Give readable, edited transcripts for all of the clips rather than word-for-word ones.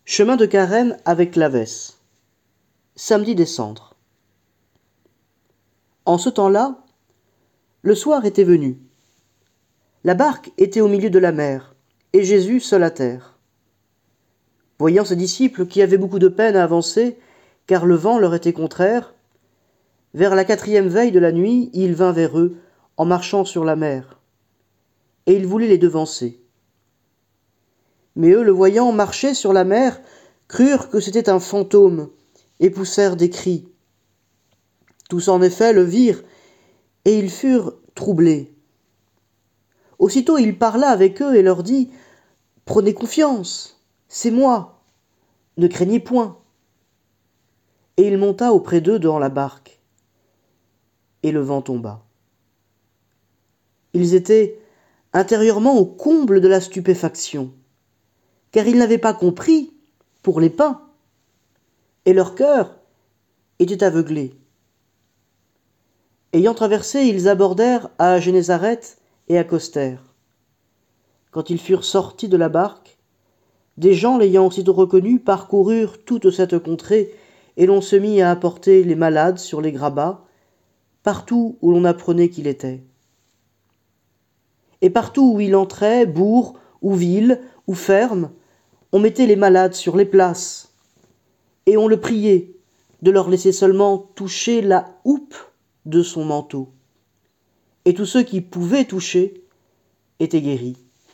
Chemin de Carême avec Clavès. Samedi des Cendres. En ce temps-là, le soir était venu. La barque était au milieu de la mer, et Jésus seul à terre. Voyant ses disciples qui avaient beaucoup de peine à avancer, car le vent leur était contraire, vers la 4e veille de la nuit, il vint vers eux, en marchant sur la mer, et il voulait les devancer. Mais eux, le voyant marcher sur la mer, crurent que c'était un fantôme, et poussèrent des cris. Tous en effet le virent, et ils furent troublés. Aussitôt il parla avec eux et leur dit : « Prenez confiance, c'est moi, ne craignez point. » Et il monta auprès d'eux dans la barque, et le vent tomba. Ils étaient intérieurement au comble de la stupéfaction, car ils n'avaient pas compris pour les pains, et leur cœur était aveuglé. Ayant traversé, ils abordèrent à Génézareth et accostèrent. Quand ils furent sortis de la barque, des gens l'ayant aussitôt reconnu parcoururent toute cette contrée, et l'on se mit à apporter les malades sur les grabats, partout où l'on apprenait qu'il était. Et partout où il entrait, bourg ou ville ou ferme, on mettait les malades sur les places, et on le priait de leur laisser seulement toucher la houppe de son manteau. Et tous ceux qui pouvaient toucher étaient guéris.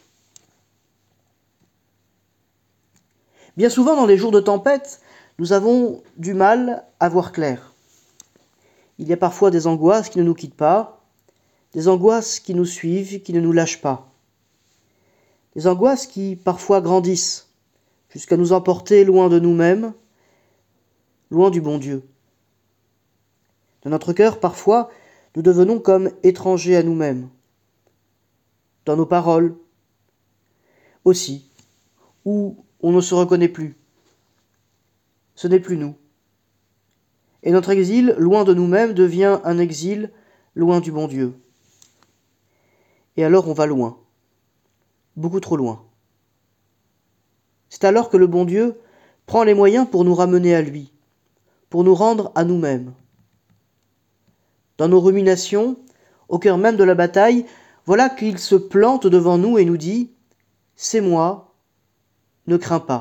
Bien souvent, dans les jours de tempête, nous avons du mal à voir clair. Il y a parfois des angoisses qui ne nous quittent pas, des angoisses qui nous suivent, qui ne nous lâchent pas. Des angoisses qui parfois grandissent, jusqu'à nous emporter loin de nous-mêmes, loin du bon Dieu. Dans notre cœur, parfois, nous devenons comme étrangers à nous-mêmes. Dans nos paroles aussi, où on ne se reconnaît plus. Ce n'est plus nous. Et notre exil, loin de nous-mêmes, devient un exil loin du bon Dieu. Et alors on va loin, beaucoup trop loin. C'est alors que le bon Dieu prend les moyens pour nous ramener à lui, pour nous rendre à nous-mêmes. Dans nos ruminations, au cœur même de la bataille, voilà qu'il se plante devant nous et nous dit : « C'est moi, ne crains pas. »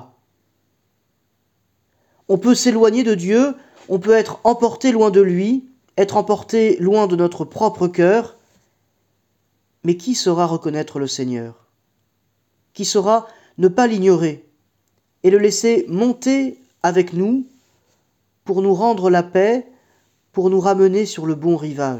On peut s'éloigner de Dieu, on peut être emporté loin de lui, être emporté loin de notre propre cœur, mais qui saura reconnaître le Seigneur ? Qui saura ne pas l'ignorer et le laisser monter avec nous pour nous rendre la paix, pour nous ramener sur le bon rivage ?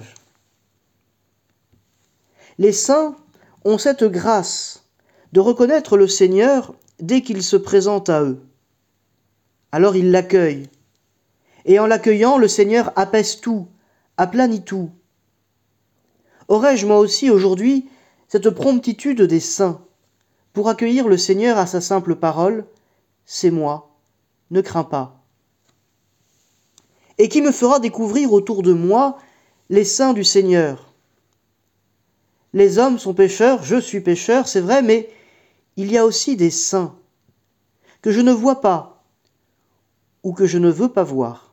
Les saints ont cette grâce de reconnaître le Seigneur dès qu'il se présente à eux. Alors ils l'accueillent. Et en l'accueillant, le Seigneur apaise tout, aplanit tout. Aurais-je moi aussi aujourd'hui cette promptitude des saints pour accueillir le Seigneur à sa simple parole : « C'est moi, ne crains pas ». Et qui me fera découvrir autour de moi les saints du Seigneur ? Les hommes sont pécheurs, je suis pécheur, c'est vrai, mais il y a aussi des saints que je ne vois pas ou que je ne veux pas voir.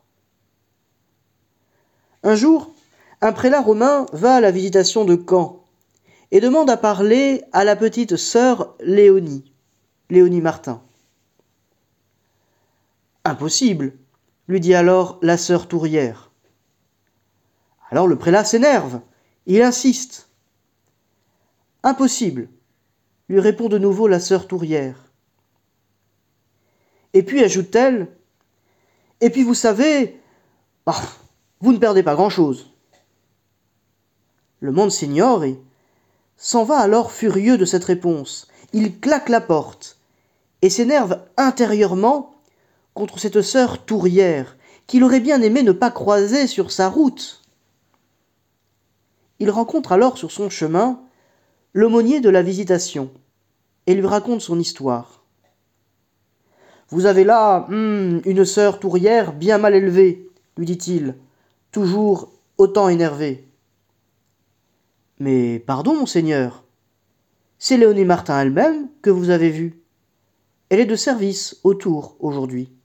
Un jour, un prélat romain va à la visitation de Caen et demande à parler à la petite sœur Léonie Martin. « Impossible !» lui dit alors la sœur Tourière. Alors le prélat s'énerve, il insiste. « Impossible !» lui répond de nouveau la sœur Tourière. Et puis ajoute-t-elle : « Et puis vous savez, vous ne perdez pas grand-chose. » Le Monsignore s'en va alors furieux de cette réponse. Il claque la porte et s'énerve intérieurement contre cette sœur Tourière qu'il aurait bien aimé ne pas croiser sur sa route. Il rencontre alors sur son chemin l'aumônier de la visitation et lui raconte son histoire. « Vous avez là une sœur Tourière bien mal élevée, lui dit-il, toujours autant énervée. »« Mais pardon, monseigneur, c'est Léonie Martin elle-même que vous avez vue. Elle est de service autour aujourd'hui.